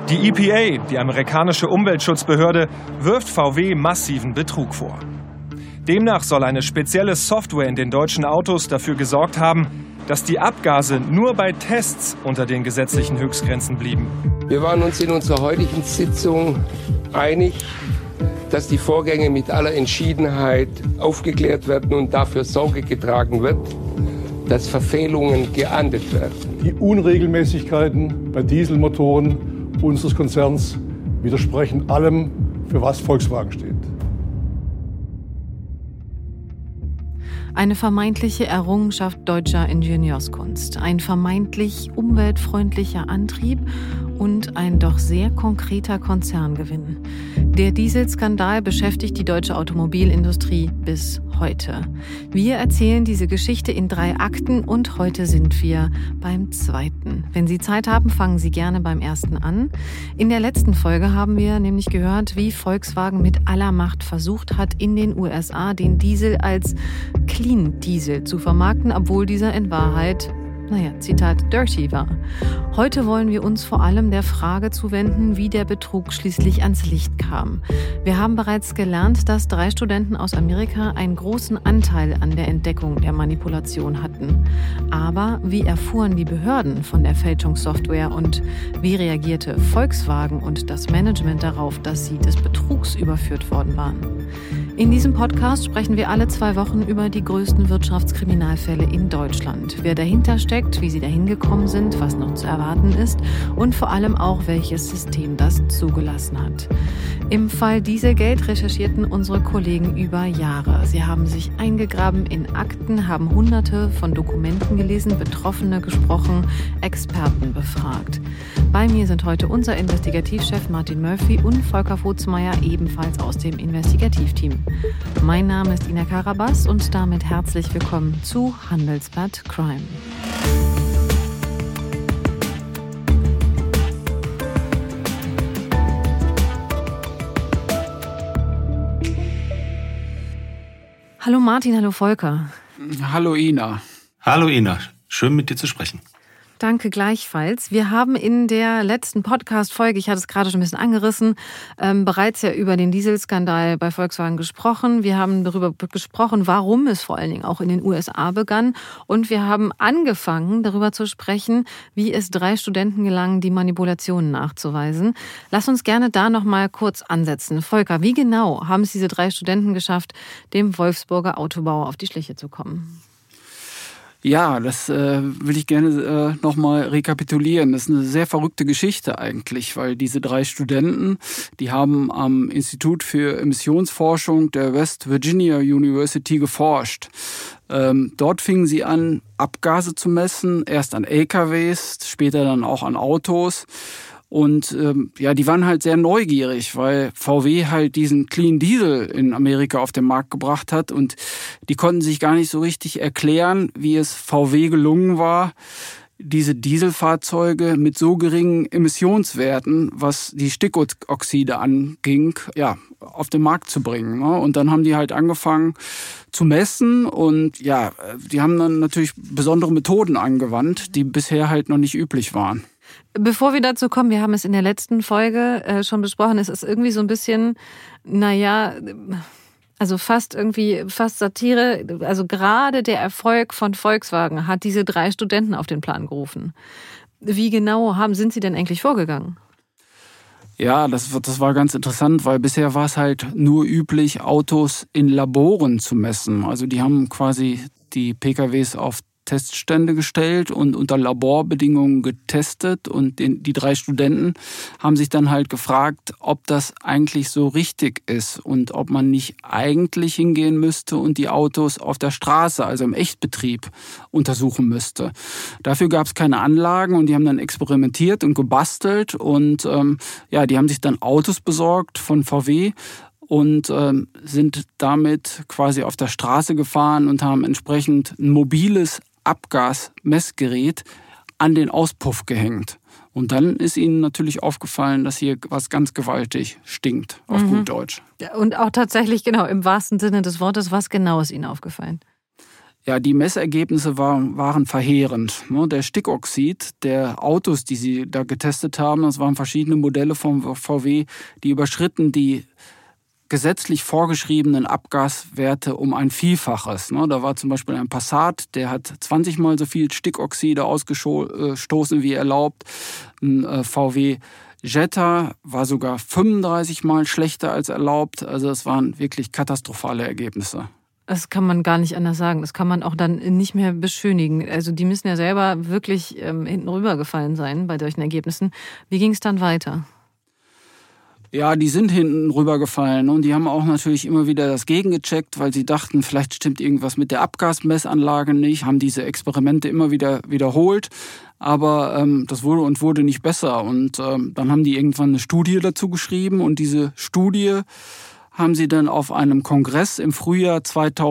Die EPA, die amerikanische Umweltschutzbehörde, wirft VW massiven Betrug vor. Demnach soll eine spezielle Software in den deutschen Autos dafür gesorgt haben, dass die Abgase nur bei Tests unter den gesetzlichen Höchstgrenzen blieben. Wir waren uns in unserer heutigen Sitzung einig, dass die Vorgänge mit aller Entschiedenheit aufgeklärt werden und dafür Sorge getragen wird, dass Verfehlungen geahndet werden. Die Unregelmäßigkeiten bei Dieselmotoren unseres Konzerns widersprechen allem, für was Volkswagen steht. Eine vermeintliche Errungenschaft deutscher Ingenieurskunst, ein vermeintlich umweltfreundlicher Antrieb und ein doch sehr konkreter Konzerngewinn. Der Dieselskandal beschäftigt die deutsche Automobilindustrie bis heute. Wir erzählen diese Geschichte in 3 Akten und heute sind wir beim 2. Wenn Sie Zeit haben, fangen Sie gerne beim 1. an. In der letzten Folge haben wir nämlich gehört, wie Volkswagen mit aller Macht versucht hat, in den USA den Diesel als Clean Diesel zu vermarkten, obwohl dieser in Wahrheit, Zitat, dirty war. Heute wollen wir uns vor allem der Frage zuwenden, wie der Betrug schließlich ans Licht kam. Wir haben bereits gelernt, dass 3 Studenten aus Amerika einen großen Anteil an der Entdeckung der Manipulation hatten. Aber wie erfuhren die Behörden von der Fälschungssoftware und wie reagierte Volkswagen und das Management darauf, dass sie des Betrugs überführt worden waren? In diesem Podcast sprechen wir alle 2 Wochen über die größten Wirtschaftskriminalfälle in Deutschland. Wer dahinter steckt, wie sie dahin gekommen sind, was noch zu erwarten ist und vor allem auch, welches System das zugelassen hat. Im Fall Dieselgate recherchierten unsere Kollegen über Jahre. Sie haben sich eingegraben in Akten, haben Hunderte von Dokumenten gelesen, Betroffene gesprochen, Experten befragt. Bei mir sind heute unser Investigativchef Martin Murphy und Volker Vogtsmeier, ebenfalls aus dem Investigativteam. Mein Name ist Ina Karabas und damit herzlich willkommen zu Handelsblatt Crime. Hallo Martin, hallo Volker. Hallo Ina. Hallo Ina, schön mit dir zu sprechen. Danke gleichfalls. Wir haben in der letzten Podcast-Folge, ich hatte es gerade schon ein bisschen angerissen, bereits ja über den Dieselskandal bei Volkswagen gesprochen. Wir haben darüber gesprochen, warum es vor allen Dingen auch in den USA begann. Und wir haben angefangen, darüber zu sprechen, wie es 3 Studenten gelang, die Manipulationen nachzuweisen. Lass uns gerne da noch mal kurz ansetzen. Volker, wie genau haben es diese 3 Studenten geschafft, dem Wolfsburger Autobauer auf die Schliche zu kommen? Ja, das will ich gerne nochmal rekapitulieren. Das ist eine sehr verrückte Geschichte eigentlich, weil diese 3 Studenten, die haben am Institut für Emissionsforschung der West Virginia University geforscht. Dort fingen sie an, Abgase zu messen, erst an LKWs, später dann auch an Autos. Und die waren halt sehr neugierig, weil VW halt diesen Clean Diesel in Amerika auf den Markt gebracht hat und die konnten sich gar nicht so richtig erklären, wie es VW gelungen war, diese Dieselfahrzeuge mit so geringen Emissionswerten, was die Stickoxide anging, auf den Markt zu bringen. Und dann haben die halt angefangen zu messen und die haben dann natürlich besondere Methoden angewandt, die bisher halt noch nicht üblich waren. Bevor wir dazu kommen, wir haben es in der letzten Folge schon besprochen, es ist irgendwie so ein bisschen, fast Satire. Also gerade der Erfolg von Volkswagen hat diese 3 Studenten auf den Plan gerufen. Wie genau sind sie denn eigentlich vorgegangen? Ja, das war ganz interessant, weil bisher war es halt nur üblich, Autos in Laboren zu messen. Also die haben quasi die PKWs auf Teststände gestellt und unter Laborbedingungen getestet und die 3 Studenten haben sich dann halt gefragt, ob das eigentlich so richtig ist und ob man nicht eigentlich hingehen müsste und die Autos auf der Straße, also im Echtbetrieb, untersuchen müsste. Dafür gab es keine Anlagen und die haben dann experimentiert und gebastelt und die haben sich dann Autos besorgt von VW und sind damit quasi auf der Straße gefahren und haben entsprechend ein mobiles Abgasmessgerät an den Auspuff gehängt. Und dann ist ihnen natürlich aufgefallen, dass hier was ganz gewaltig stinkt, auf gut Deutsch. Und auch tatsächlich, genau, im wahrsten Sinne des Wortes, was genau ist ihnen aufgefallen? Ja, die Messergebnisse waren verheerend. Der Stickoxid der Autos, die sie da getestet haben, das waren verschiedene Modelle vom VW, die überschritten die gesetzlich vorgeschriebenen Abgaswerte um ein Vielfaches. Da war zum Beispiel ein Passat, der hat 20 Mal so viel Stickoxide ausgestoßen wie erlaubt. Ein VW Jetta war sogar 35 Mal schlechter als erlaubt. Also es waren wirklich katastrophale Ergebnisse. Das kann man gar nicht anders sagen. Das kann man auch dann nicht mehr beschönigen. Also die müssen ja selber wirklich hinten rübergefallen sein bei solchen Ergebnissen. Wie ging es dann weiter? Ja, die sind hinten rübergefallen und die haben auch natürlich immer wieder das gegengecheckt, weil sie dachten, vielleicht stimmt irgendwas mit der Abgasmessanlage nicht, haben diese Experimente immer wieder wiederholt, aber das wurde nicht besser. Und dann haben die irgendwann eine Studie dazu geschrieben und diese Studie haben sie dann auf einem Kongress im Frühjahr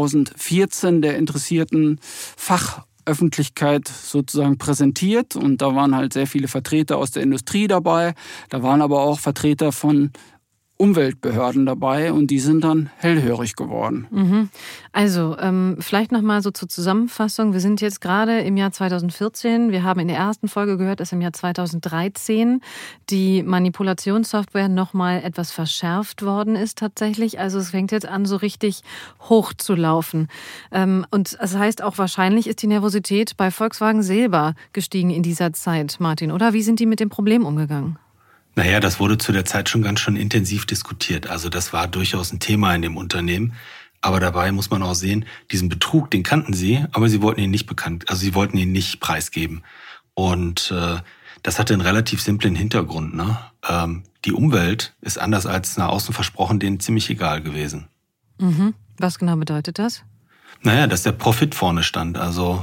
2014 der interessierten Fachöffentlichkeit sozusagen präsentiert. Und da waren halt sehr viele Vertreter aus der Industrie dabei. Da waren aber auch Vertreter von Umweltbehörden dabei und die sind dann hellhörig geworden. Mhm. Also vielleicht nochmal so zur Zusammenfassung. Wir sind jetzt gerade im Jahr 2014. Wir haben in der ersten Folge gehört, dass im Jahr 2013 die Manipulationssoftware nochmal etwas verschärft worden ist tatsächlich. Also es fängt jetzt an, so richtig hoch zu laufen. Und das heißt auch, wahrscheinlich ist die Nervosität bei Volkswagen selber gestiegen in dieser Zeit, Martin, oder? Wie sind die mit dem Problem umgegangen? Naja, das wurde zu der Zeit schon ganz schön intensiv diskutiert. Also das war durchaus ein Thema in dem Unternehmen. Aber dabei muss man auch sehen, diesen Betrug, den kannten sie, aber sie wollten ihn nicht sie wollten ihn nicht preisgeben. Und das hatte einen relativ simplen Hintergrund. Ne? Die Umwelt ist anders als nach außen versprochen denen ziemlich egal gewesen. Mhm. Was genau bedeutet das? Naja, dass der Profit vorne stand. Also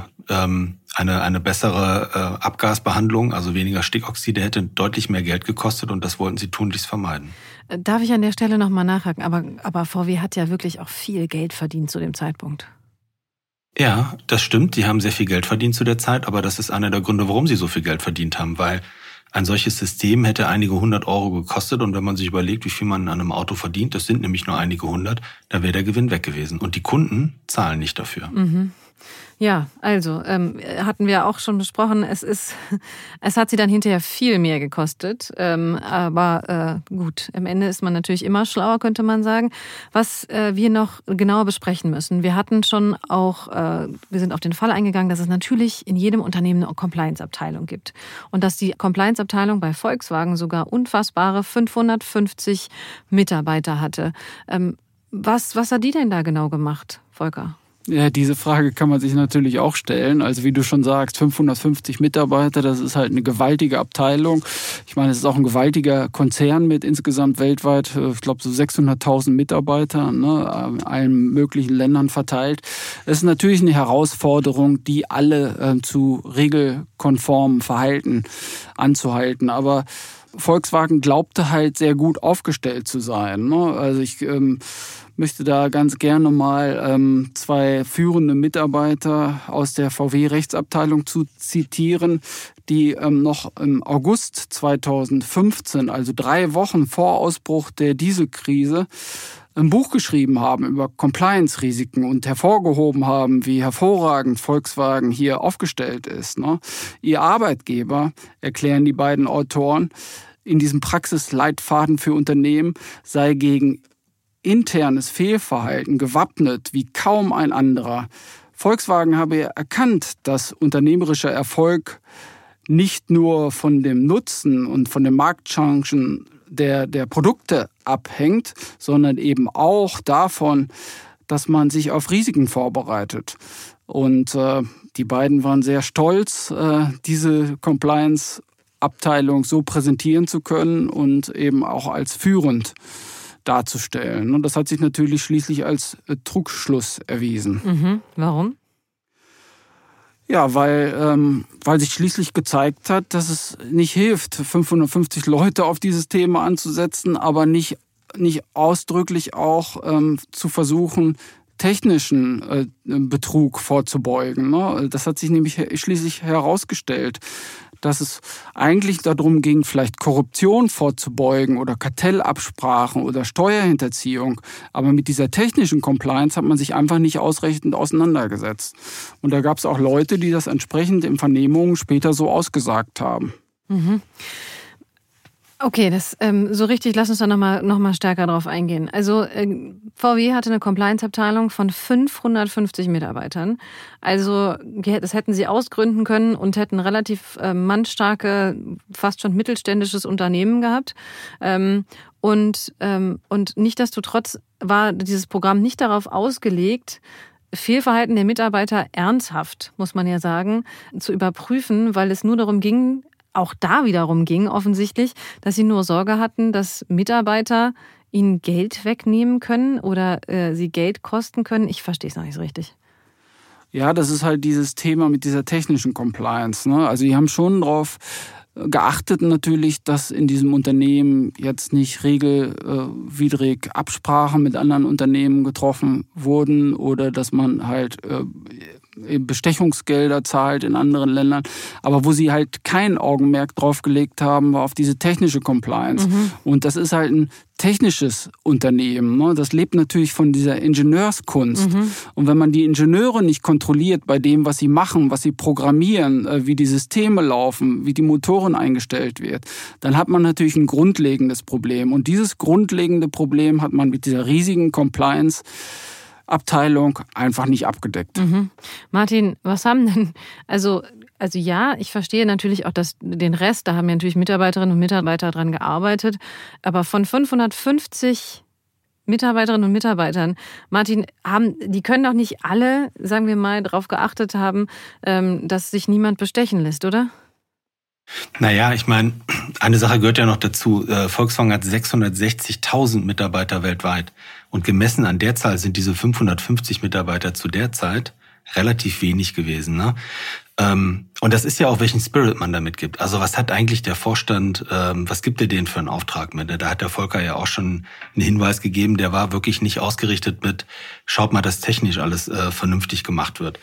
eine bessere Abgasbehandlung, also weniger Stickoxide, hätte deutlich mehr Geld gekostet und das wollten sie tunlichst vermeiden. Darf ich an der Stelle nochmal nachhaken? Aber VW hat ja wirklich auch viel Geld verdient zu dem Zeitpunkt. Ja, das stimmt. Die haben sehr viel Geld verdient zu der Zeit, aber das ist einer der Gründe, warum sie so viel Geld verdient haben, weil ein solches System hätte einige 100 Euro gekostet und wenn man sich überlegt, wie viel man an einem Auto verdient, das sind nämlich nur einige 100, dann wäre der Gewinn weg gewesen. Und die Kunden zahlen nicht dafür. Mhm. Ja, also hatten wir auch schon besprochen, es hat sie dann hinterher viel mehr gekostet, aber gut, am Ende ist man natürlich immer schlauer, könnte man sagen. Was wir noch genauer besprechen müssen, wir hatten schon auch, wir sind auf den Fall eingegangen, dass es natürlich in jedem Unternehmen eine Compliance-Abteilung gibt und dass die Compliance-Abteilung bei Volkswagen sogar unfassbare 550 Mitarbeiter hatte. Was hat die denn da genau gemacht, Volker? Ja, diese Frage kann man sich natürlich auch stellen. Also wie du schon sagst, 550 Mitarbeiter, das ist halt eine gewaltige Abteilung. Ich meine, es ist auch ein gewaltiger Konzern mit insgesamt weltweit, ich glaube so 600.000 Mitarbeitern, ne, in allen möglichen Ländern verteilt. Es ist natürlich eine Herausforderung, die alle zu regelkonformem Verhalten anzuhalten. Aber Volkswagen glaubte halt sehr gut aufgestellt zu sein. Ne? Also ich möchte da ganz gerne mal zwei führende Mitarbeiter aus der VW-Rechtsabteilung zu zitieren, die noch im August 2015, also 3 Wochen vor Ausbruch der Dieselkrise, ein Buch geschrieben haben über Compliance-Risiken und hervorgehoben haben, wie hervorragend Volkswagen hier aufgestellt ist. Ne? Ihr Arbeitgeber, erklären die beiden Autoren, in diesem Praxisleitfaden für Unternehmen sei gegen internes Fehlverhalten gewappnet wie kaum ein anderer. Volkswagen habe erkannt, dass unternehmerischer Erfolg nicht nur von dem Nutzen und von den Marktchancen der Produkte abhängt, sondern eben auch davon, dass man sich auf Risiken vorbereitet. Und die beiden waren sehr stolz, diese Compliance-Abteilung so präsentieren zu können und eben auch als führend darzustellen. Und das hat sich natürlich schließlich als Trugschluss erwiesen. Mhm. Warum? Ja, weil sich schließlich gezeigt hat, dass es nicht hilft, 550 Leute auf dieses Thema anzusetzen, aber nicht ausdrücklich auch zu versuchen, technischen Betrug vorzubeugen. Ne? Das hat sich nämlich schließlich herausgestellt, dass es eigentlich darum ging, vielleicht Korruption vorzubeugen oder Kartellabsprachen oder Steuerhinterziehung. Aber mit dieser technischen Compliance hat man sich einfach nicht ausreichend auseinandergesetzt. Und da gab es auch Leute, die das entsprechend in Vernehmungen später so ausgesagt haben. Mhm. Okay, das so richtig, lass uns da noch mal stärker drauf eingehen. Also VW hatte eine Compliance-Abteilung von 550 Mitarbeitern. Also das hätten sie ausgründen können und hätten relativ mannstarke, fast schon mittelständisches Unternehmen gehabt. Und nichtsdestotrotz war dieses Programm nicht darauf ausgelegt, Fehlverhalten der Mitarbeiter ernsthaft, muss man ja sagen, zu überprüfen, weil es nur darum ging, auch da wiederum ging offensichtlich, dass sie nur Sorge hatten, dass Mitarbeiter ihnen Geld wegnehmen können oder sie Geld kosten können. Ich verstehe es noch nicht so richtig. Ja, das ist halt dieses Thema mit dieser technischen Compliance, ne? Also die haben schon darauf geachtet natürlich, dass in diesem Unternehmen jetzt nicht regelwidrig Absprachen mit anderen Unternehmen getroffen wurden oder dass man halt Bestechungsgelder zahlt in anderen Ländern. Aber wo sie halt kein Augenmerk drauf gelegt haben, war auf diese technische Compliance. Mhm. Und das ist halt ein technisches Unternehmen, ne? Das lebt natürlich von dieser Ingenieurskunst. Mhm. Und wenn man die Ingenieure nicht kontrolliert bei dem, was sie machen, was sie programmieren, wie die Systeme laufen, wie die Motoren eingestellt wird, dann hat man natürlich ein grundlegendes Problem. Und dieses grundlegende Problem hat man mit dieser riesigen Compliance-Abteilung einfach nicht abgedeckt. Mhm. Martin, was haben denn, also ja, ich verstehe natürlich auch den Rest, da haben ja natürlich Mitarbeiterinnen und Mitarbeiter dran gearbeitet, aber von 550 Mitarbeiterinnen und Mitarbeitern, Martin, die können doch nicht alle, sagen wir mal, darauf geachtet haben, dass sich niemand bestechen lässt, oder? Naja, ich meine, eine Sache gehört ja noch dazu. Volkswagen hat 660.000 Mitarbeiter weltweit. Und gemessen an der Zahl sind diese 550 Mitarbeiter zu der Zeit relativ wenig gewesen, ne? Und das ist ja auch, welchen Spirit man damit gibt. Also was hat eigentlich der Vorstand, was gibt er denen für einen Auftrag mit? Da hat der Volker ja auch schon einen Hinweis gegeben, der war wirklich nicht ausgerichtet mit, schaut mal, dass technisch alles vernünftig gemacht wird.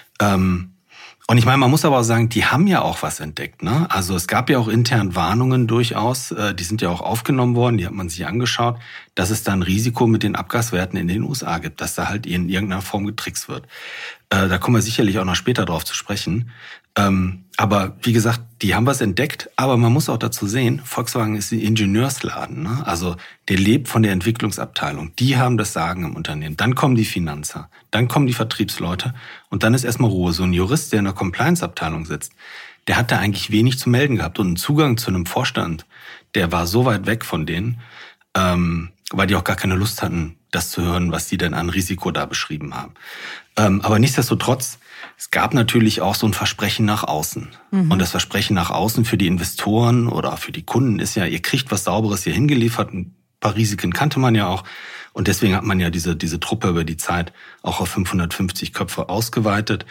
Und ich meine, man muss aber auch sagen, die haben ja auch was entdeckt, ne? Also es gab ja auch intern Warnungen durchaus, die sind ja auch aufgenommen worden, die hat man sich angeschaut, dass es da ein Risiko mit den Abgaswerten in den USA gibt, dass da halt in irgendeiner Form getrickst wird. Da kommen wir sicherlich auch noch später drauf zu sprechen. Aber wie gesagt, die haben was entdeckt, aber man muss auch dazu sehen, Volkswagen ist ein Ingenieursladen, ne? Also der lebt von der Entwicklungsabteilung. Die haben das Sagen im Unternehmen. Dann kommen die Finanzer, dann kommen die Vertriebsleute und dann ist erstmal Ruhe. So ein Jurist, der in der Compliance-Abteilung sitzt, der hat da eigentlich wenig zu melden gehabt und einen Zugang zu einem Vorstand, der war so weit weg von denen, weil die auch gar keine Lust hatten, das zu hören, was die denn an Risiko da beschrieben haben. Aber nichtsdestotrotz, es gab natürlich auch so ein Versprechen nach außen. Mhm. Und das Versprechen nach außen für die Investoren oder für die Kunden ist ja, ihr kriegt was Sauberes hier hingeliefert. Ein paar Risiken kannte man ja auch. Und deswegen hat man ja diese Truppe über die Zeit auch auf 550 Köpfe ausgeweitet.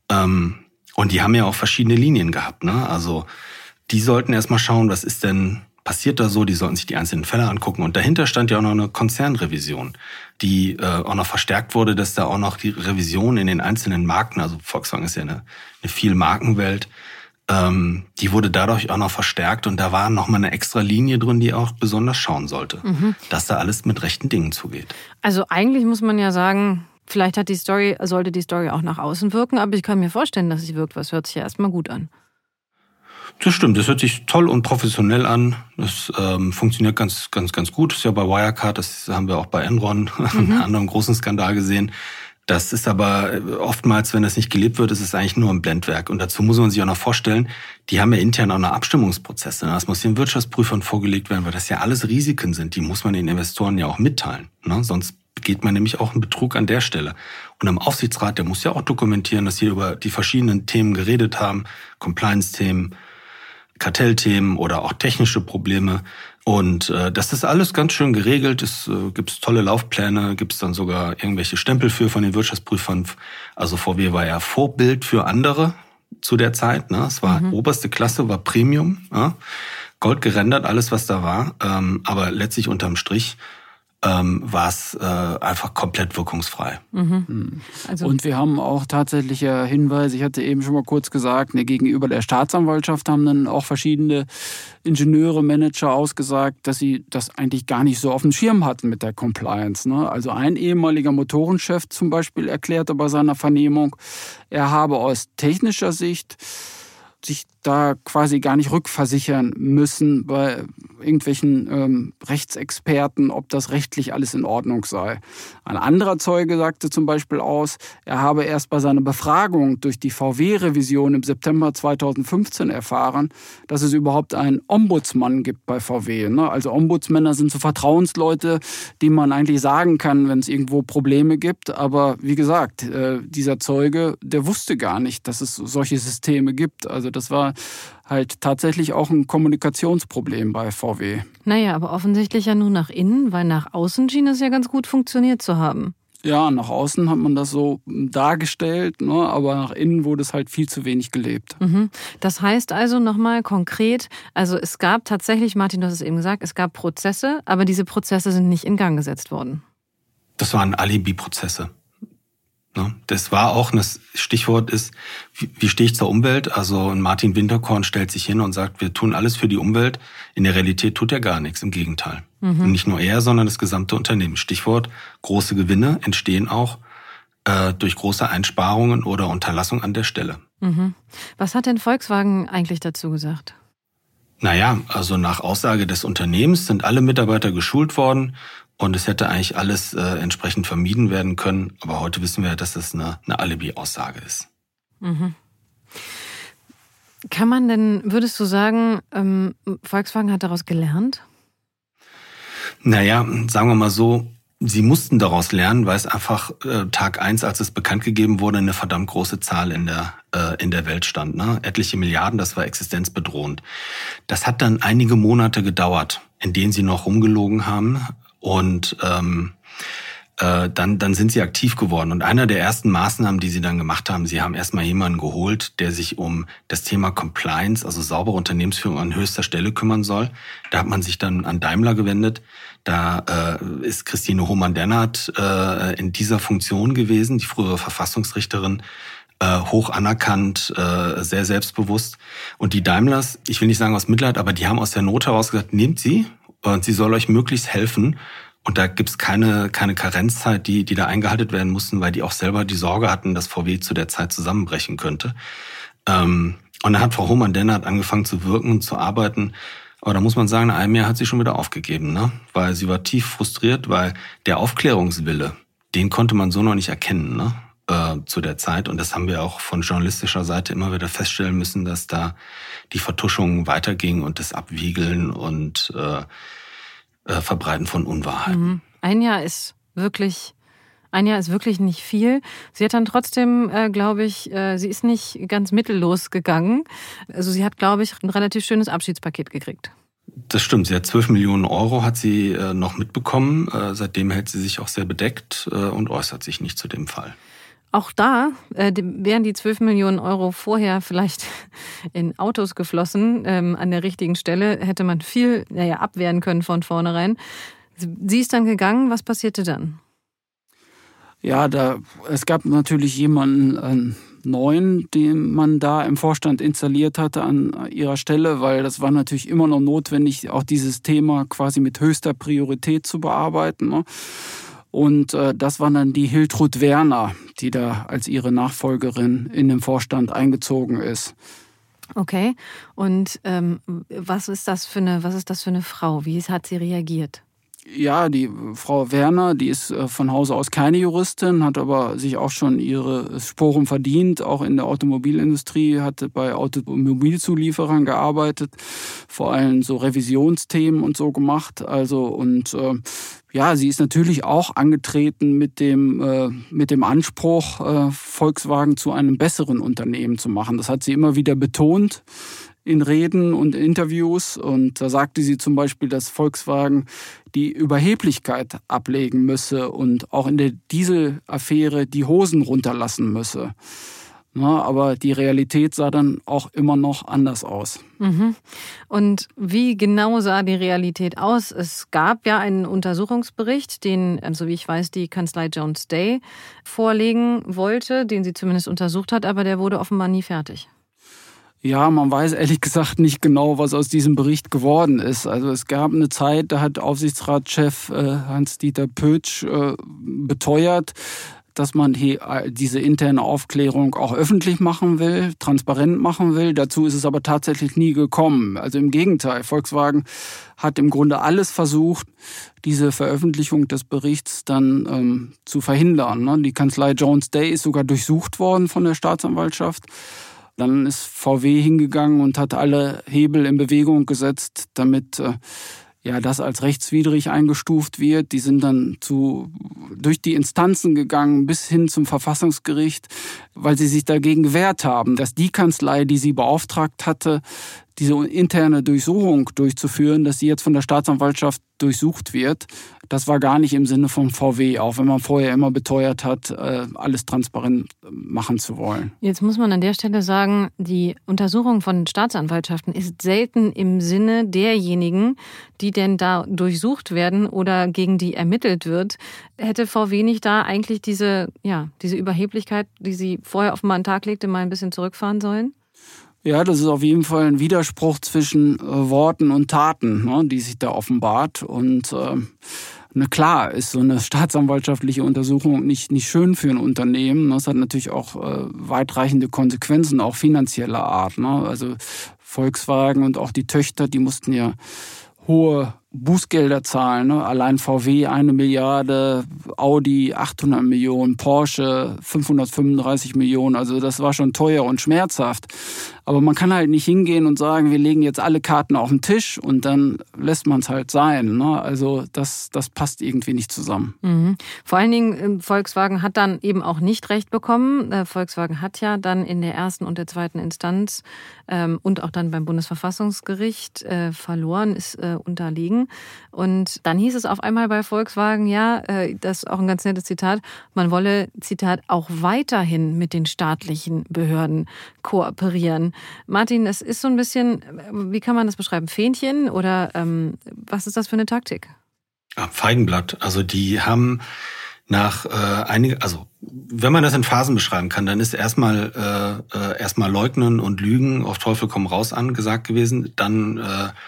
Und die haben ja auch verschiedene Linien gehabt, ne? Also die sollten erstmal schauen, was ist denn passiert da so, die sollten sich die einzelnen Fälle angucken. Und dahinter stand ja auch noch eine Konzernrevision, die auch noch verstärkt wurde, dass da auch noch die Revision in den einzelnen Marken, also Volkswagen ist ja eine Vielmarkenwelt, die wurde dadurch auch noch verstärkt und da war noch mal eine extra Linie drin, die auch besonders schauen sollte, dass da alles mit rechten Dingen zugeht. Also eigentlich muss man ja sagen, vielleicht sollte die Story auch nach außen wirken, aber ich kann mir vorstellen, dass sie wirkt. Was hört sich ja erstmal gut an. Das stimmt, das hört sich toll und professionell an. Das funktioniert ganz gut. Das ist ja bei Wirecard, das haben wir auch bei Enron, einen anderen großen Skandal gesehen. Das ist aber oftmals, wenn das nicht gelebt wird, ist es eigentlich nur ein Blendwerk. Und dazu muss man sich auch noch vorstellen, die haben ja intern auch noch Abstimmungsprozesse. Das muss den Wirtschaftsprüfern vorgelegt werden, weil das ja alles Risiken sind. Die muss man den Investoren ja auch mitteilen, ne? Sonst begeht man nämlich auch einen Betrug an der Stelle. Und im Aufsichtsrat, der muss ja auch dokumentieren, dass sie über die verschiedenen Themen geredet haben, Compliance-Themen, Kartellthemen oder auch technische Probleme. Und das ist alles ganz schön geregelt. Es gibt tolle Laufpläne, gibt es dann sogar irgendwelche Stempel für von den Wirtschaftsprüfern. Also VW war ja Vorbild für andere zu der Zeit, ne? Es war oberste Klasse, war Premium, ne? Gold gerendert, alles was da war. Aber letztlich unterm Strich war es einfach komplett wirkungsfrei. Also und wir haben auch tatsächlich Hinweise, ich hatte eben schon mal kurz gesagt, gegenüber der Staatsanwaltschaft haben dann auch verschiedene Ingenieure, Manager ausgesagt, dass sie das eigentlich gar nicht so auf dem Schirm hatten mit der Compliance. Ne? Also ein ehemaliger Motorenchef zum Beispiel erklärte bei seiner Vernehmung, er habe aus technischer Sicht sich da quasi gar nicht rückversichern müssen bei irgendwelchen Rechtsexperten, ob das rechtlich alles in Ordnung sei. Ein anderer Zeuge sagte zum Beispiel aus, er habe erst bei seiner Befragung durch die VW-Revision im September 2015 erfahren, dass es überhaupt einen Ombudsmann gibt bei VW. Also Ombudsmänner sind so Vertrauensleute, die man eigentlich sagen kann, wenn es irgendwo Probleme gibt. Aber wie gesagt, dieser Zeuge, der wusste gar nicht, dass es solche Systeme gibt. Also das war halt tatsächlich auch ein Kommunikationsproblem bei VW. Naja, aber offensichtlich ja nur nach innen, weil nach außen schien es ja ganz gut funktioniert zu haben. Ja, nach außen hat man das so dargestellt, aber nach innen wurde es halt viel zu wenig gelebt. Das heißt also nochmal konkret, also es gab tatsächlich, Martin, du hast es eben gesagt, es gab Prozesse, aber diese Prozesse sind nicht in Gang gesetzt worden. Das waren Alibi-Prozesse. Das war auch, das Stichwort ist, wie stehe ich zur Umwelt? Also Martin Winterkorn stellt sich hin und sagt, wir tun alles für die Umwelt. In der Realität tut er gar nichts, im Gegenteil. Und nicht nur er, sondern das gesamte Unternehmen. Stichwort, große Gewinne entstehen auch durch große Einsparungen oder Unterlassung an der Stelle. Was hat denn Volkswagen eigentlich dazu gesagt? Naja, also nach Aussage des Unternehmens sind alle Mitarbeiter geschult worden. Und es hätte eigentlich alles entsprechend vermieden werden können. Aber heute wissen wir, dass das eine Alibi-Aussage ist. Kann man denn, würdest du sagen, Volkswagen hat daraus gelernt? Naja, sagen wir mal so, sie mussten daraus lernen, weil es einfach Tag 1, als es bekannt gegeben wurde, eine verdammt große Zahl in der Welt stand. Ne? Etliche Milliarden, das war existenzbedrohend. Das hat dann einige Monate gedauert, in denen sie noch rumgelogen haben. Und dann sind sie aktiv geworden. Und einer der ersten Maßnahmen, die sie dann gemacht haben, sie haben erstmal jemanden geholt, der sich um das Thema Compliance, also saubere Unternehmensführung an höchster Stelle kümmern soll. Da hat man sich dann an Daimler gewendet. Da ist Christine Hohmann-Dennert in dieser Funktion gewesen, die frühere Verfassungsrichterin, hoch anerkannt, sehr selbstbewusst. Und die Daimlers, ich will nicht sagen aus Mitleid, aber die haben aus der Not heraus gesagt, nehmt sie und sie soll euch möglichst helfen. Und da gibt's keine Karenzzeit, die da eingehalten werden mussten, weil die auch selber die Sorge hatten, dass VW zu der Zeit zusammenbrechen könnte. Und da hat Frau Hohmann-Dennert angefangen zu wirken und zu arbeiten. Aber da muss man sagen, nach einem Jahr hat sie schon wieder aufgegeben, ne? Weil sie war tief frustriert, weil der Aufklärungswille, den konnte man so noch nicht erkennen, ne? Zu der Zeit. Und das haben wir auch von journalistischer Seite immer wieder feststellen müssen, dass da die Vertuschung weiterging und das Abwiegeln und Verbreiten von Unwahrheiten. Ein Jahr ist wirklich nicht viel. Sie hat dann trotzdem, glaube ich, sie ist nicht ganz mittellos gegangen. Also sie hat, glaube ich, ein relativ schönes Abschiedspaket gekriegt. Das stimmt. Sie hat 12 Millionen Euro hat sie noch mitbekommen. Seitdem hält sie sich auch sehr bedeckt und äußert sich nicht zu dem Fall. Auch da wären die 12 Millionen Euro vorher vielleicht in Autos geflossen. An der richtigen Stelle hätte man viel abwehren können von vornherein. Sie ist dann gegangen. Was passierte dann? Ja, es gab natürlich jemanden neuen, den man da im Vorstand installiert hatte an ihrer Stelle, weil das war natürlich immer noch notwendig, auch dieses Thema quasi mit höchster Priorität zu bearbeiten, ne? Und das war dann die Hiltrud Werner, die da als ihre Nachfolgerin in den Vorstand eingezogen ist. Okay. Und was ist das für eine Frau? Wie hat sie reagiert? Ja, die Frau Werner, die ist von Hause aus keine Juristin, hat aber sich auch schon ihre Sporen verdient, auch in der Automobilindustrie, hatte bei Automobilzulieferern gearbeitet, vor allem so Revisionsthemen und so gemacht. Sie ist natürlich auch angetreten mit dem Anspruch, Volkswagen zu einem besseren Unternehmen zu machen. Das hat sie immer wieder betont in Reden und Interviews. Und da sagte sie zum Beispiel, dass Volkswagen die Überheblichkeit ablegen müsse und auch in der Dieselaffäre die Hosen runterlassen müsse. Na, aber die Realität sah dann auch immer noch anders aus. Mhm. Und wie genau sah die Realität aus? Es gab ja einen Untersuchungsbericht, den, so wie ich weiß, die Kanzlei Jones Day vorlegen wollte, den sie zumindest untersucht hat, aber der wurde offenbar nie fertig. Ja, man weiß ehrlich gesagt nicht genau, was aus diesem Bericht geworden ist. Also es gab eine Zeit, da hat Aufsichtsratschef Hans-Dieter Pötsch beteuert, dass man diese interne Aufklärung auch öffentlich machen will, transparent machen will. Dazu ist es aber tatsächlich nie gekommen. Also im Gegenteil, Volkswagen hat im Grunde alles versucht, diese Veröffentlichung des Berichts dann zu verhindern. Ne? Die Kanzlei Jones Day ist sogar durchsucht worden von der Staatsanwaltschaft. Dann ist VW hingegangen und hat alle Hebel in Bewegung gesetzt, damit das als rechtswidrig eingestuft wird. Die sind dann durch die Instanzen gegangen bis hin zum Verfassungsgericht, weil sie sich dagegen gewehrt haben, dass die Kanzlei, die sie beauftragt hatte, diese interne Durchsuchung durchzuführen, dass sie jetzt von der Staatsanwaltschaft durchsucht wird. Das war gar nicht im Sinne von VW, auch wenn man vorher immer beteuert hat, alles transparent machen zu wollen. Jetzt muss man an der Stelle sagen, die Untersuchung von Staatsanwaltschaften ist selten im Sinne derjenigen, die denn da durchsucht werden oder gegen die ermittelt wird. Hätte VW nicht da eigentlich diese Überheblichkeit, die sie vorher offenbar an den Tag legte, mal ein bisschen zurückfahren sollen? Ja, das ist auf jeden Fall ein Widerspruch zwischen Worten und Taten, ne, die sich da offenbart. Und klar ist so eine staatsanwaltschaftliche Untersuchung nicht schön für ein Unternehmen. Das hat natürlich auch weitreichende Konsequenzen, auch finanzieller Art. Ne? Also Volkswagen und auch die Töchter, die mussten ja hohe Bußgelder zahlen. Ne? Allein VW 1 Milliarde, Audi 800 Millionen, Porsche 535 Millionen. Also das war schon teuer und schmerzhaft. Aber man kann halt nicht hingehen und sagen, wir legen jetzt alle Karten auf den Tisch und dann lässt man es halt sein. Ne? Also das passt irgendwie nicht zusammen. Mhm. Vor allen Dingen, Volkswagen hat dann eben auch nicht recht bekommen. Volkswagen hat ja dann in der ersten und der zweiten Instanz und auch dann beim Bundesverfassungsgericht verloren, ist unterlegen. Und dann hieß es auf einmal bei Volkswagen, das ist auch ein ganz nettes Zitat, man wolle, Zitat, auch weiterhin mit den staatlichen Behörden kooperieren. Martin, es ist so ein bisschen, wie kann man das beschreiben, Fähnchen oder was ist das für eine Taktik? Feigenblatt. Also die haben wenn man das in Phasen beschreiben kann, dann ist erstmal leugnen und lügen auf Teufel komm raus angesagt gewesen, dann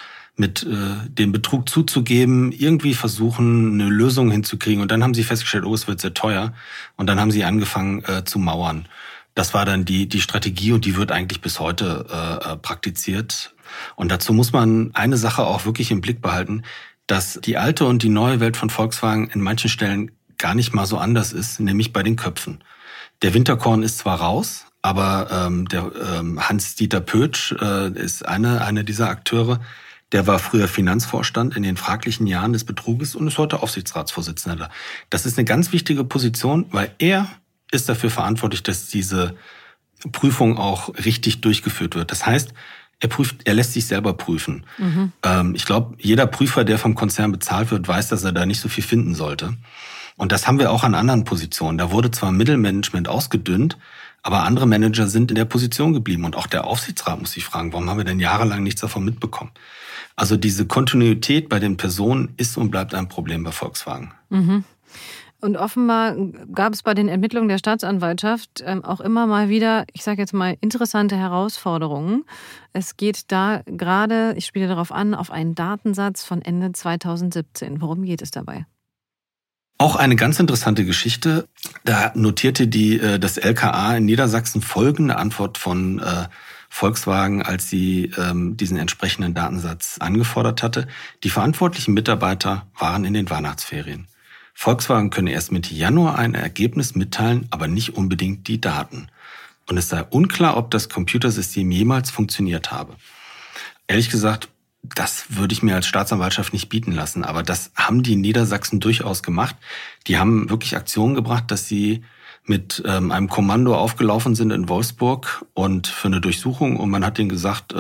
mit dem Betrug zuzugeben, irgendwie versuchen, eine Lösung hinzukriegen. Und dann haben sie festgestellt, es wird sehr teuer. Und dann haben sie angefangen zu mauern. Das war dann die Strategie und die wird eigentlich bis heute praktiziert. Und dazu muss man eine Sache auch wirklich im Blick behalten, dass die alte und die neue Welt von Volkswagen in manchen Stellen gar nicht mal so anders ist, nämlich bei den Köpfen. Der Winterkorn ist zwar raus, aber der Hans-Dieter Pötsch ist eine dieser Akteure. Der war früher Finanzvorstand in den fraglichen Jahren des Betruges und ist heute Aufsichtsratsvorsitzender. Das ist eine ganz wichtige Position, weil er ist dafür verantwortlich, dass diese Prüfung auch richtig durchgeführt wird. Das heißt, er lässt sich selber prüfen. Mhm. Ich glaube, jeder Prüfer, der vom Konzern bezahlt wird, weiß, dass er da nicht so viel finden sollte. Und das haben wir auch an anderen Positionen. Da wurde zwar Mittelmanagement ausgedünnt, aber andere Manager sind in der Position geblieben. Und auch der Aufsichtsrat muss sich fragen, warum haben wir denn jahrelang nichts davon mitbekommen? Also diese Kontinuität bei den Personen ist und bleibt ein Problem bei Volkswagen. Mhm. Und offenbar gab es bei den Ermittlungen der Staatsanwaltschaft auch immer mal wieder, ich sage jetzt mal, interessante Herausforderungen. Es geht da gerade, ich spiele darauf an, auf einen Datensatz von Ende 2017. Worum geht es dabei? Auch eine ganz interessante Geschichte. Da notierte das LKA in Niedersachsen folgende Antwort von Volkswagen, als sie diesen entsprechenden Datensatz angefordert hatte. Die verantwortlichen Mitarbeiter waren in den Weihnachtsferien. Volkswagen könne erst Mitte Januar ein Ergebnis mitteilen, aber nicht unbedingt die Daten. Und es sei unklar, ob das Computersystem jemals funktioniert habe. Ehrlich gesagt, das würde ich mir als Staatsanwaltschaft nicht bieten lassen. Aber das haben die in Niedersachsen durchaus gemacht. Die haben wirklich Aktionen gebracht, dass sie mit einem Kommando aufgelaufen sind in Wolfsburg und für eine Durchsuchung. Und man hat denen gesagt,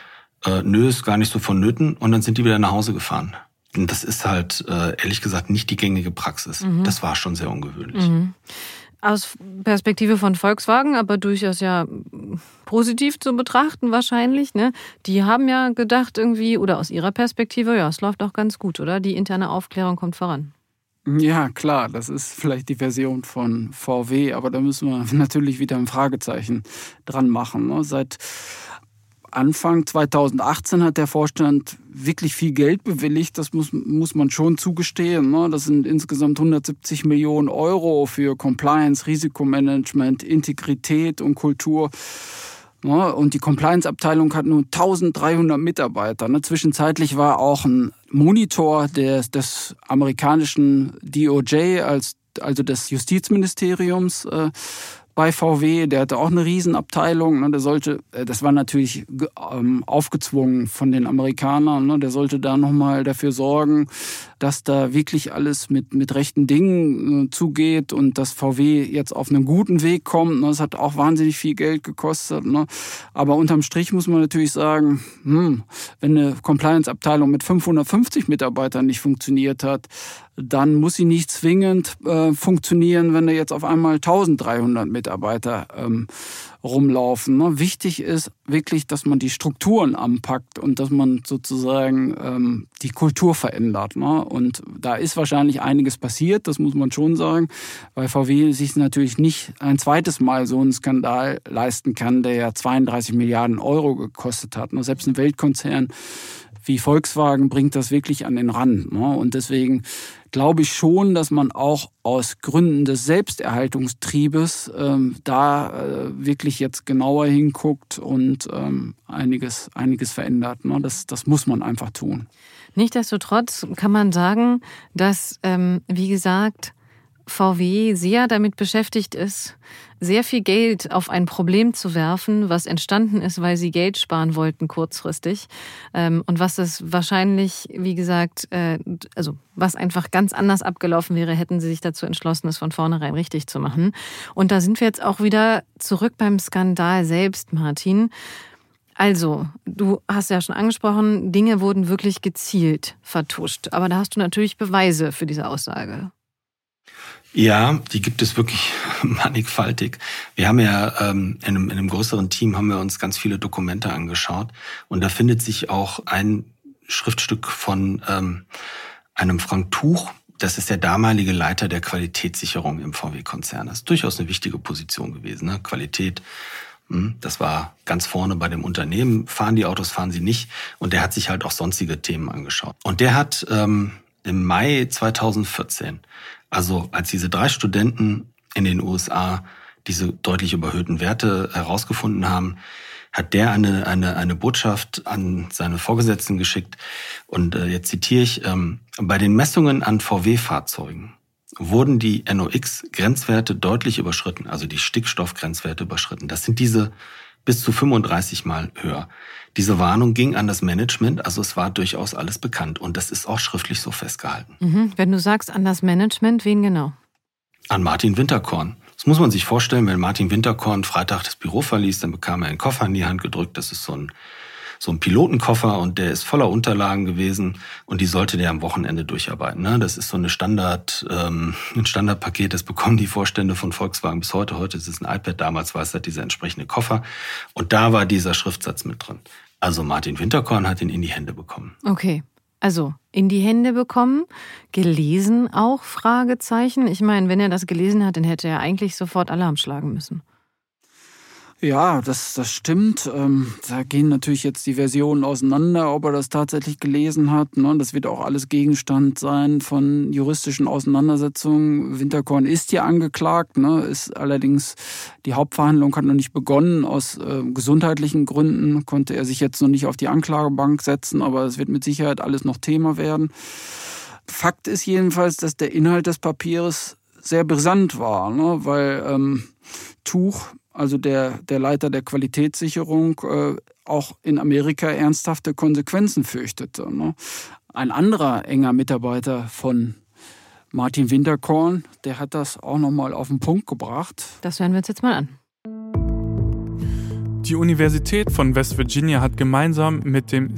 nö, ist gar nicht so vonnöten. Und dann sind die wieder nach Hause gefahren. Und das ist halt, ehrlich gesagt, nicht die gängige Praxis. Mhm. Das war schon sehr ungewöhnlich. Mhm. Aus Perspektive von Volkswagen, aber durchaus ja positiv zu betrachten wahrscheinlich, ne? Die haben ja gedacht irgendwie, oder aus ihrer Perspektive, ja, es läuft auch ganz gut, oder? Die interne Aufklärung kommt voran. Ja, klar, das ist vielleicht die Version von VW, aber da müssen wir natürlich wieder ein Fragezeichen dran machen. Ne? Seit Anfang 2018 hat der Vorstand wirklich viel Geld bewilligt, das muss man schon zugestehen. Ne? Das sind insgesamt 170 Millionen Euro für Compliance, Risikomanagement, Integrität und Kultur. Ne? Und die Compliance-Abteilung hat nun 1300 Mitarbeiter. Ne? Zwischenzeitlich war auch ein Monitor des amerikanischen DOJ, also des Justizministeriums, bei VW, der hatte auch eine Riesenabteilung, das war natürlich aufgezwungen von den Amerikanern, der sollte da nochmal dafür sorgen, dass da wirklich alles mit rechten Dingen zugeht und dass VW jetzt auf einen guten Weg kommt. Das hat auch wahnsinnig viel Geld gekostet. Aber unterm Strich muss man natürlich sagen, wenn eine Compliance-Abteilung mit 550 Mitarbeitern nicht funktioniert hat, dann muss sie nicht zwingend funktionieren, wenn da jetzt auf einmal 1300 Mitarbeiter rumlaufen. Wichtig ist wirklich, dass man die Strukturen anpackt und dass man sozusagen die Kultur verändert. Und da ist wahrscheinlich einiges passiert, das muss man schon sagen, weil VW sich natürlich nicht ein zweites Mal so einen Skandal leisten kann, der ja 32 Milliarden Euro gekostet hat. Selbst ein Weltkonzern wie Volkswagen bringt das wirklich an den Rand. Und deswegen glaube ich schon, dass man auch aus Gründen des Selbsterhaltungstriebes da wirklich jetzt genauer hinguckt und einiges verändert. Das muss man einfach tun. Nichtsdestotrotz kann man sagen, dass, wie gesagt, VW sehr damit beschäftigt ist, sehr viel Geld auf ein Problem zu werfen, was entstanden ist, weil sie Geld sparen wollten kurzfristig. Und was das wahrscheinlich, wie gesagt, was einfach ganz anders abgelaufen wäre, hätten sie sich dazu entschlossen, es von vornherein richtig zu machen. Und da sind wir jetzt auch wieder zurück beim Skandal selbst, Martin. Also, du hast ja schon angesprochen, Dinge wurden wirklich gezielt vertuscht. Aber da hast du natürlich Beweise für diese Aussage. Ja, die gibt es wirklich mannigfaltig. Wir haben ja in einem größeren Team haben wir uns ganz viele Dokumente angeschaut und da findet sich auch ein Schriftstück von einem Frank Tuch. Das ist der damalige Leiter der Qualitätssicherung im VW-Konzern. Das ist durchaus eine wichtige Position gewesen. Ne? Qualität, das war ganz vorne bei dem Unternehmen. Fahren die Autos, fahren sie nicht. Und der hat sich halt auch sonstige Themen angeschaut. Und der hat im Mai 2014, also als diese 3 Studenten in den USA diese deutlich überhöhten Werte herausgefunden haben, hat der eine Botschaft an seine Vorgesetzten geschickt. Und jetzt zitiere ich, bei den Messungen an VW-Fahrzeugen wurden die NOx-Grenzwerte deutlich überschritten, also die Stickstoffgrenzwerte überschritten. Das sind diese bis zu 35 Mal höher. Diese Warnung ging an das Management, also es war durchaus alles bekannt und das ist auch schriftlich so festgehalten. Wenn du sagst an das Management, wen genau? An Martin Winterkorn. Das muss man sich vorstellen, wenn Martin Winterkorn Freitag das Büro verließ, dann bekam er einen Koffer in die Hand gedrückt. Das ist so ein Pilotenkoffer und der ist voller Unterlagen gewesen und die sollte der am Wochenende durcharbeiten. Ne? Das ist so ein Standardpaket, das bekommen die Vorstände von Volkswagen bis heute. Heute ist es ein iPad, damals war es halt dieser entsprechende Koffer und da war dieser Schriftsatz mit drin. Also Martin Winterkorn hat ihn in die Hände bekommen. Okay, also in die Hände bekommen, gelesen auch, Fragezeichen. Ich meine, wenn er das gelesen hat, dann hätte er eigentlich sofort Alarm schlagen müssen. Ja, das stimmt. Da gehen natürlich jetzt die Versionen auseinander, ob er das tatsächlich gelesen hat. Das wird auch alles Gegenstand sein von juristischen Auseinandersetzungen. Winterkorn ist ja angeklagt, ist allerdings, die Hauptverhandlung hat noch nicht begonnen. Aus gesundheitlichen Gründen konnte er sich jetzt noch nicht auf die Anklagebank setzen, aber es wird mit Sicherheit alles noch Thema werden. Fakt ist jedenfalls, dass der Inhalt des Papiers sehr brisant war, weil Tuch, also der Leiter der Qualitätssicherung, auch in Amerika ernsthafte Konsequenzen fürchtete. Ein anderer enger Mitarbeiter von Martin Winterkorn, der hat das auch nochmal auf den Punkt gebracht. Das hören wir uns jetzt mal an. Die Universität von West Virginia hat gemeinsam mit dem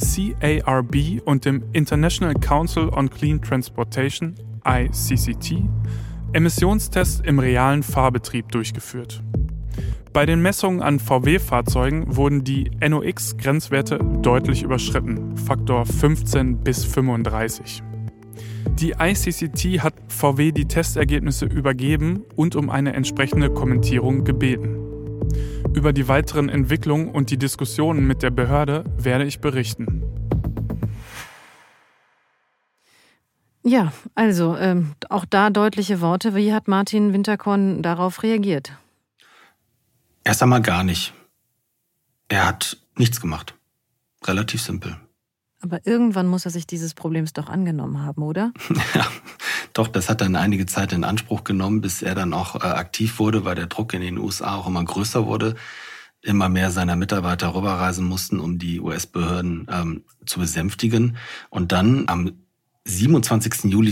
CARB und dem International Council on Clean Transportation, ICCT, Emissionstests im realen Fahrbetrieb durchgeführt. Bei den Messungen an VW-Fahrzeugen wurden die NOx-Grenzwerte deutlich überschritten, Faktor 15 bis 35. Die ICCT hat VW die Testergebnisse übergeben und um eine entsprechende Kommentierung gebeten. Über die weiteren Entwicklungen und die Diskussionen mit der Behörde werde ich berichten. Ja, also auch da deutliche Worte. Wie hat Martin Winterkorn darauf reagiert? Erst einmal gar nicht. Er hat nichts gemacht. Relativ simpel. Aber irgendwann muss er sich dieses Problems doch angenommen haben, oder? Ja, doch, das hat dann einige Zeit in Anspruch genommen, bis er dann auch aktiv wurde, weil der Druck in den USA auch immer größer wurde. Immer mehr seiner Mitarbeiter rüberreisen mussten, um die US-Behörden zu besänftigen. Und dann am 27. Juli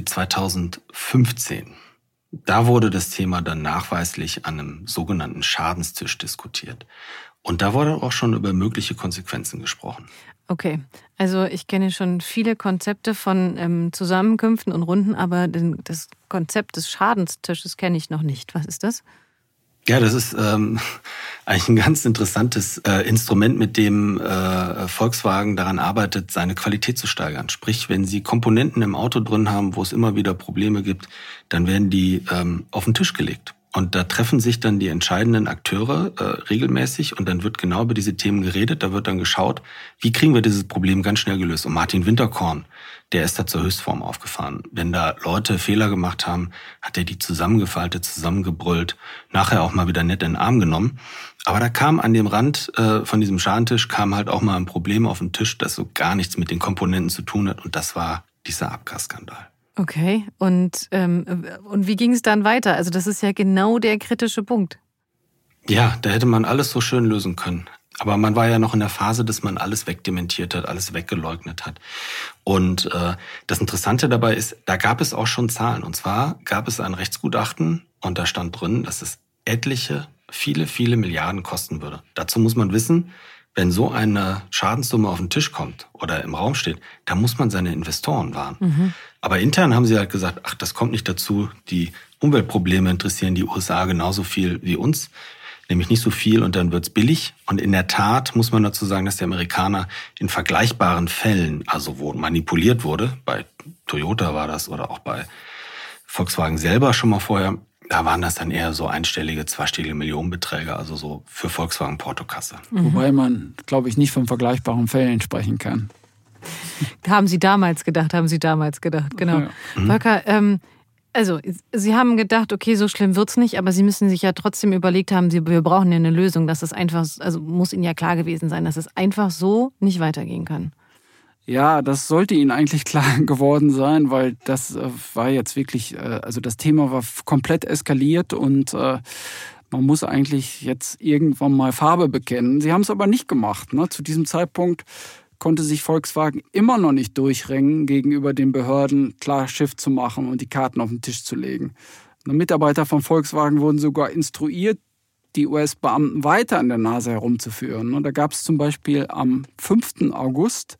2015, da wurde das Thema dann nachweislich an einem sogenannten Schadenstisch diskutiert. Und da wurde auch schon über mögliche Konsequenzen gesprochen. Okay, also ich kenne schon viele Konzepte von Zusammenkünften und Runden, aber das Konzept des Schadenstisches kenne ich noch nicht. Was ist das? Ja, das ist eigentlich ein ganz interessantes Instrument, mit dem Volkswagen daran arbeitet, seine Qualität zu steigern. Sprich, wenn Sie Komponenten im Auto drin haben, wo es immer wieder Probleme gibt, dann werden die auf den Tisch gelegt. Und da treffen sich dann die entscheidenden Akteure regelmäßig und dann wird genau über diese Themen geredet. Da wird dann geschaut, wie kriegen wir dieses Problem ganz schnell gelöst. Und Martin Winterkorn, der ist da zur Höchstform aufgefahren. Wenn da Leute Fehler gemacht haben, hat er die zusammengefaltet, zusammengebrüllt, nachher auch mal wieder nett in den Arm genommen. Aber da kam an dem Rand von diesem Schadentisch kam halt auch mal ein Problem auf den Tisch, das so gar nichts mit den Komponenten zu tun hat. Und das war dieser Abgasskandal. Okay, und wie ging es dann weiter? Also das ist ja genau der kritische Punkt. Ja, da hätte man alles so schön lösen können. Aber man war ja noch in der Phase, dass man alles wegdementiert hat, alles weggeleugnet hat. Und das Interessante dabei ist, da gab es auch schon Zahlen. Und zwar gab es ein Rechtsgutachten und da stand drin, dass es etliche, viele Milliarden kosten würde. Dazu muss man wissen, wenn so eine Schadenssumme auf den Tisch kommt oder im Raum steht, da muss man seine Investoren warnen. Mhm. Aber intern haben sie halt gesagt, ach, das kommt nicht dazu. Die Umweltprobleme interessieren die USA genauso viel wie uns, nämlich nicht so viel und dann wird's billig. Und in der Tat muss man dazu sagen, dass die Amerikaner in vergleichbaren Fällen, also wo manipuliert wurde, bei Toyota war das oder auch bei Volkswagen selber schon mal vorher, da waren das dann eher so einstellige, zweistellige Millionenbeträge, also so für Volkswagen Portokasse. Mhm. Wobei man, glaube ich, nicht von vergleichbaren Fällen sprechen kann. Haben Sie damals gedacht, genau. Ja. Volker, also Sie haben gedacht, okay, so schlimm wird's nicht, aber Sie müssen sich ja trotzdem überlegt haben, wir brauchen ja eine Lösung, dass es einfach, also muss Ihnen ja klar gewesen sein, dass es einfach so nicht weitergehen kann. Ja, das sollte Ihnen eigentlich klar geworden sein, weil das war jetzt wirklich, also das Thema war komplett eskaliert und man muss eigentlich jetzt irgendwann mal Farbe bekennen. Sie haben es aber nicht gemacht. Ne? Zu diesem Zeitpunkt konnte sich Volkswagen immer noch nicht durchringen, gegenüber den Behörden klar Schiff zu machen und die Karten auf den Tisch zu legen. Mitarbeiter von Volkswagen wurden sogar instruiert, die US-Beamten weiter an der Nase herumzuführen. Und da gab es zum Beispiel am 5. August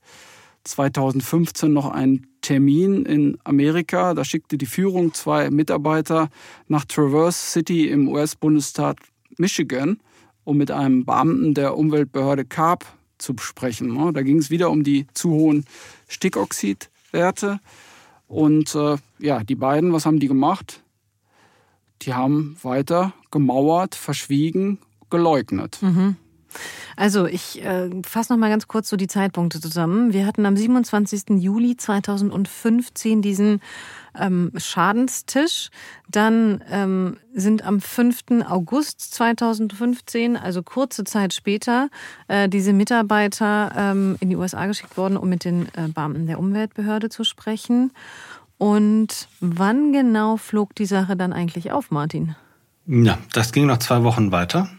2015 noch einen Termin in Amerika. Da schickte die Führung 2 Mitarbeiter nach Traverse City im US-Bundesstaat Michigan, um mit einem Beamten der Umweltbehörde CARB zu sprechen. Da ging es wieder um die zu hohen Stickoxidwerte. Und die beiden, was haben die gemacht? Die haben weiter gemauert, verschwiegen, geleugnet. Mhm. Also ich fasse noch mal ganz kurz so die Zeitpunkte zusammen. Wir hatten am 27. Juli 2015 diesen Schadenstisch. Dann sind am 5. August 2015, also kurze Zeit später, diese Mitarbeiter in die USA geschickt worden, um mit den Beamten der Umweltbehörde zu sprechen. Und wann genau flog die Sache dann eigentlich auf, Martin? Ja, das ging noch 2 Wochen weiter.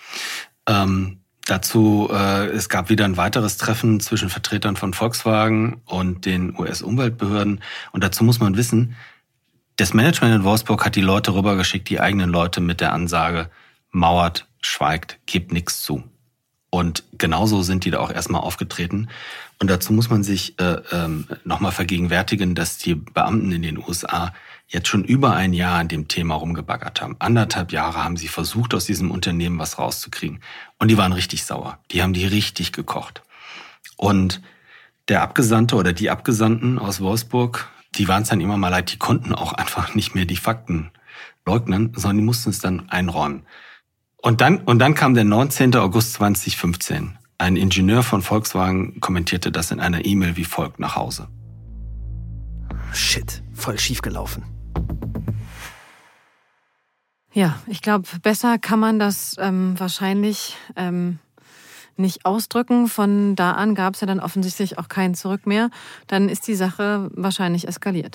Es gab wieder ein weiteres Treffen zwischen Vertretern von Volkswagen und den US-Umweltbehörden. Und dazu muss man wissen, das Management in Wolfsburg hat die Leute rübergeschickt, die eigenen Leute mit der Ansage, mauert, schweigt, gebt nichts zu. Und genauso sind die da auch erstmal aufgetreten. Und dazu muss man sich nochmal vergegenwärtigen, dass die Beamten in den USA jetzt schon über ein Jahr an dem Thema rumgebaggert haben. 1,5 Jahre haben sie versucht, aus diesem Unternehmen was rauszukriegen. Und die waren richtig sauer. Die haben die richtig gekocht. Und der Abgesandte oder die Abgesandten aus Wolfsburg, die waren es dann immer mal leid, die konnten auch einfach nicht mehr die Fakten leugnen, sondern die mussten es dann einräumen. Und dann kam der 19. August 2015. Ein Ingenieur von Volkswagen kommentierte das in einer E-Mail wie folgt nach Hause. Shit, voll schief gelaufen. Ja, ich glaube, besser kann man das wahrscheinlich nicht ausdrücken. Von da an gab es ja dann offensichtlich auch kein Zurück mehr. Dann ist die Sache wahrscheinlich eskaliert.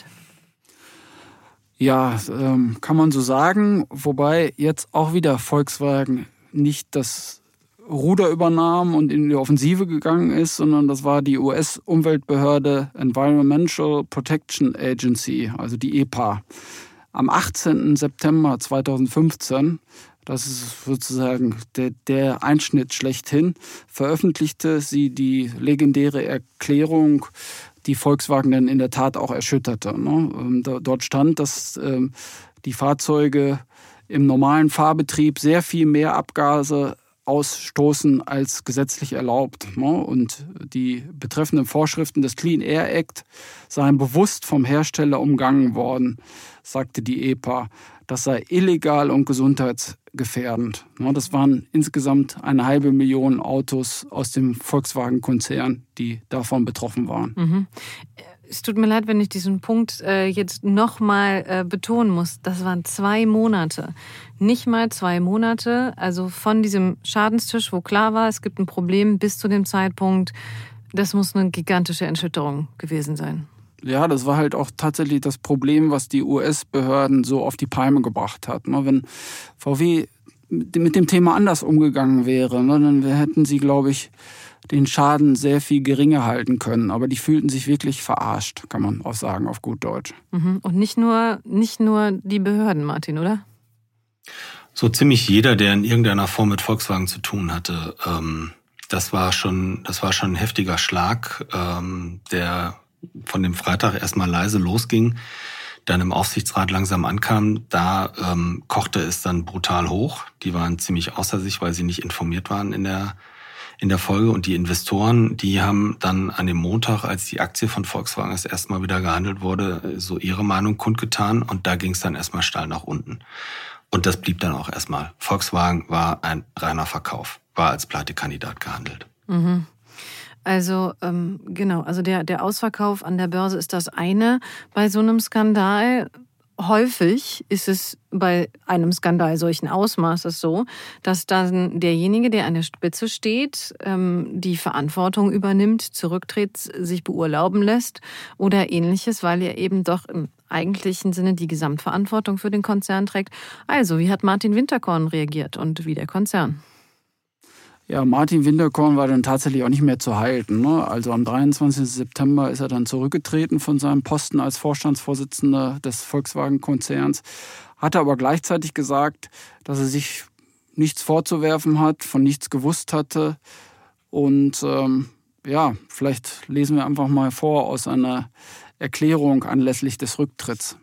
Ja, kann man so sagen. Wobei jetzt auch wieder Volkswagen nicht das Ruder übernahm und in die Offensive gegangen ist, sondern das war die US-Umweltbehörde Environmental Protection Agency, also die EPA. Am 18. September 2015, das ist sozusagen der Einschnitt schlechthin, veröffentlichte sie die legendäre Erklärung, die Volkswagen dann in der Tat auch erschütterte. Dort stand, dass die Fahrzeuge im normalen Fahrbetrieb sehr viel mehr Abgase ausstoßen als gesetzlich erlaubt. Und die betreffenden Vorschriften des Clean Air Act seien bewusst vom Hersteller umgangen worden, sagte die EPA. Das sei illegal und gesundheitsgefährdend. Das waren insgesamt 500.000 Autos aus dem Volkswagen-Konzern, die davon betroffen waren. Mhm. Es tut mir leid, wenn ich diesen Punkt jetzt nochmal betonen muss. Das waren 2 Monate. Nicht mal 2 Monate. Also von diesem Schadenstisch, wo klar war, es gibt ein Problem, bis zu dem Zeitpunkt, das muss eine gigantische Erschütterung gewesen sein. Ja, das war halt auch tatsächlich das Problem, was die US-Behörden so auf die Palme gebracht hat. Wenn VW mit dem Thema anders umgegangen wäre, dann hätten sie, glaube ich, den Schaden sehr viel geringer halten können. Aber die fühlten sich wirklich verarscht, kann man auch sagen, auf gut Deutsch. Und nicht nur die Behörden, Martin, oder? So ziemlich jeder, der in irgendeiner Form mit Volkswagen zu tun hatte. Das war schon ein heftiger Schlag, der von dem Freitag erstmal leise losging, dann im Aufsichtsrat langsam ankam. Da kochte es dann brutal hoch. Die waren ziemlich außer sich, weil sie nicht informiert waren in der Folge. Und die Investoren, die haben dann an dem Montag, als die Aktie von Volkswagen das erste Mal wieder gehandelt wurde, so ihre Meinung kundgetan. Und da ging es dann erstmal steil nach unten. Und das blieb dann auch erstmal. Volkswagen war ein reiner Verkauf, war als Pleitekandidat gehandelt. Mhm. Also genau, also der Ausverkauf an der Börse ist das eine. Bei so einem Skandal, häufig ist es bei einem Skandal solchen Ausmaßes so, dass dann derjenige, der an der Spitze steht, die Verantwortung übernimmt, zurücktritt, sich beurlauben lässt oder Ähnliches, weil er eben doch im eigentlichen Sinne die Gesamtverantwortung für den Konzern trägt. Also, wie hat Martin Winterkorn reagiert und wie der Konzern? Ja, Martin Winterkorn war dann tatsächlich auch nicht mehr zu halten. Also am 23. September ist er dann zurückgetreten von seinem Posten als Vorstandsvorsitzender des Volkswagen-Konzerns, hatte aber gleichzeitig gesagt, dass er sich nichts vorzuwerfen hat, von nichts gewusst hatte. Und vielleicht lesen wir einfach mal vor aus einer Erklärung anlässlich des Rücktritts.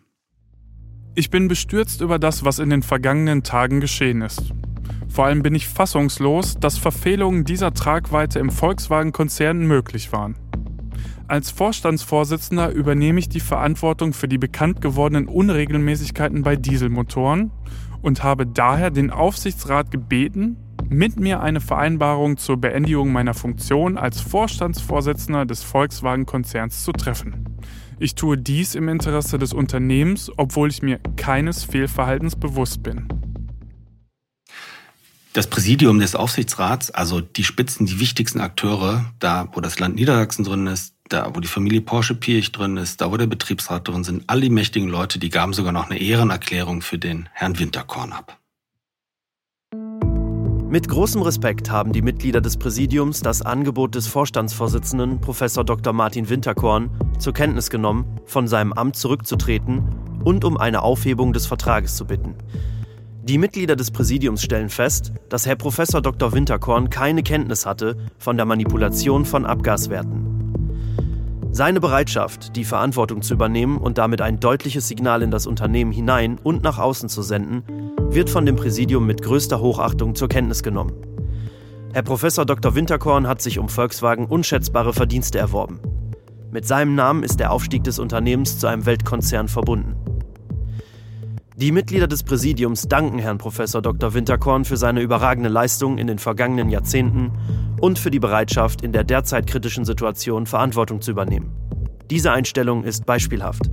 Ich bin bestürzt über das, was in den vergangenen Tagen geschehen ist. Vor allem bin ich fassungslos, dass Verfehlungen dieser Tragweite im Volkswagen-Konzern möglich waren. Als Vorstandsvorsitzender übernehme ich die Verantwortung für die bekannt gewordenen Unregelmäßigkeiten bei Dieselmotoren und habe daher den Aufsichtsrat gebeten, mit mir eine Vereinbarung zur Beendigung meiner Funktion als Vorstandsvorsitzender des Volkswagen-Konzerns zu treffen. Ich tue dies im Interesse des Unternehmens, obwohl ich mir keines Fehlverhaltens bewusst bin. Das Präsidium des Aufsichtsrats, also die Spitzen, die wichtigsten Akteure, da wo das Land Niedersachsen drin ist, da wo die Familie Porsche-Piech drin ist, da wo der Betriebsrat drin sind, all die mächtigen Leute, die gaben sogar noch eine Ehrenerklärung für den Herrn Winterkorn ab. Mit großem Respekt haben die Mitglieder des Präsidiums das Angebot des Vorstandsvorsitzenden Prof. Dr. Martin Winterkorn zur Kenntnis genommen, von seinem Amt zurückzutreten und um eine Aufhebung des Vertrages zu bitten. Die Mitglieder des Präsidiums stellen fest, dass Herr Prof. Dr. Winterkorn keine Kenntnis hatte von der Manipulation von Abgaswerten. Seine Bereitschaft, die Verantwortung zu übernehmen und damit ein deutliches Signal in das Unternehmen hinein und nach außen zu senden, wird von dem Präsidium mit größter Hochachtung zur Kenntnis genommen. Herr Prof. Dr. Winterkorn hat sich um Volkswagen unschätzbare Verdienste erworben. Mit seinem Namen ist der Aufstieg des Unternehmens zu einem Weltkonzern verbunden. Die Mitglieder des Präsidiums danken Herrn Prof. Dr. Winterkorn für seine überragende Leistung in den vergangenen Jahrzehnten und für die Bereitschaft, in der derzeit kritischen Situation Verantwortung zu übernehmen. Diese Einstellung ist beispielhaft.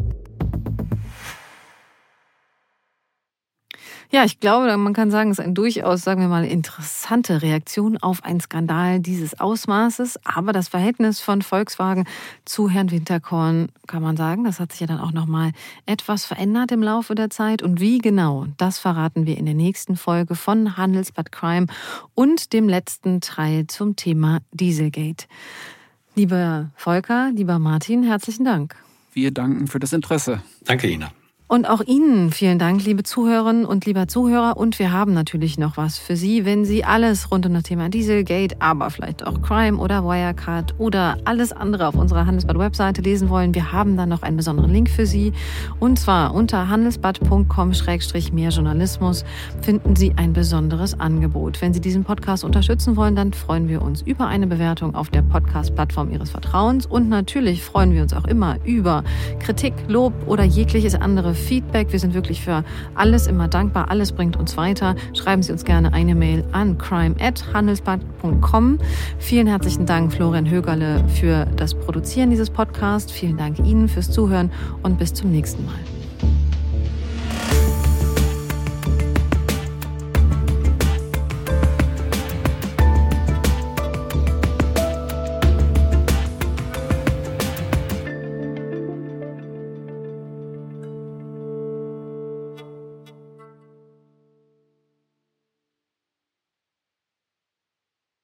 Ja, ich glaube, man kann sagen, es ist eine durchaus, sagen wir mal, interessante Reaktion auf einen Skandal dieses Ausmaßes. Aber das Verhältnis von Volkswagen zu Herrn Winterkorn, kann man sagen, das hat sich ja dann auch nochmal etwas verändert im Laufe der Zeit. Und wie genau, das verraten wir in der nächsten Folge von Handelsblatt Crime und dem letzten Teil zum Thema Dieselgate. Lieber Volker, lieber Martin, herzlichen Dank. Wir danken für das Interesse. Danke, Ina. Und auch Ihnen vielen Dank, liebe Zuhörerinnen und lieber Zuhörer. Und wir haben natürlich noch was für Sie, wenn Sie alles rund um das Thema Dieselgate, aber vielleicht auch Crime oder Wirecard oder alles andere auf unserer Handelsblatt-Webseite lesen wollen. Wir haben dann noch einen besonderen Link für Sie. Und zwar unter handelsblatt.com/mehrjournalismus finden Sie ein besonderes Angebot. Wenn Sie diesen Podcast unterstützen wollen, dann freuen wir uns über eine Bewertung auf der Podcast-Plattform Ihres Vertrauens. Und natürlich freuen wir uns auch immer über Kritik, Lob oder jegliches andere Feedback. Wir sind wirklich für alles immer dankbar. Alles bringt uns weiter. Schreiben Sie uns gerne eine Mail an crime@handelsblatt.com. Vielen herzlichen Dank, Florian Högerle, für das Produzieren dieses Podcasts. Vielen Dank Ihnen fürs Zuhören und bis zum nächsten Mal.